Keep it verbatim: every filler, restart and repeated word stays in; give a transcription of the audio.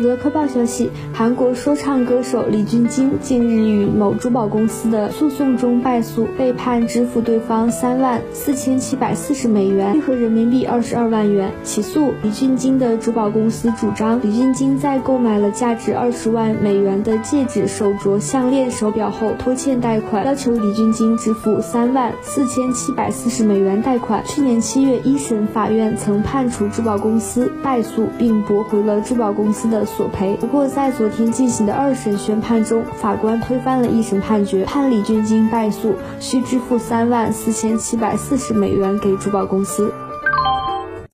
娱乐快报消息，韩国说唱歌手李俊京近日与某珠宝公司的诉讼中败诉，被判支付对方三万四千七百四十美元，约合人民币二十二万元。起诉李俊京的珠宝公司主张，李俊京在购买了价值二十万美元的戒指、手镯、项链、手表后拖欠贷款，要求李俊京支付三万四千七百四十美元贷款。去年七月，一审法院曾判处珠宝公司败诉，并驳回了珠宝公司的索赔。不过在昨天进行的二审宣判中，法官推翻了一审判决，判李俊京败诉，需支付三万四千七百四十美元给珠宝公司。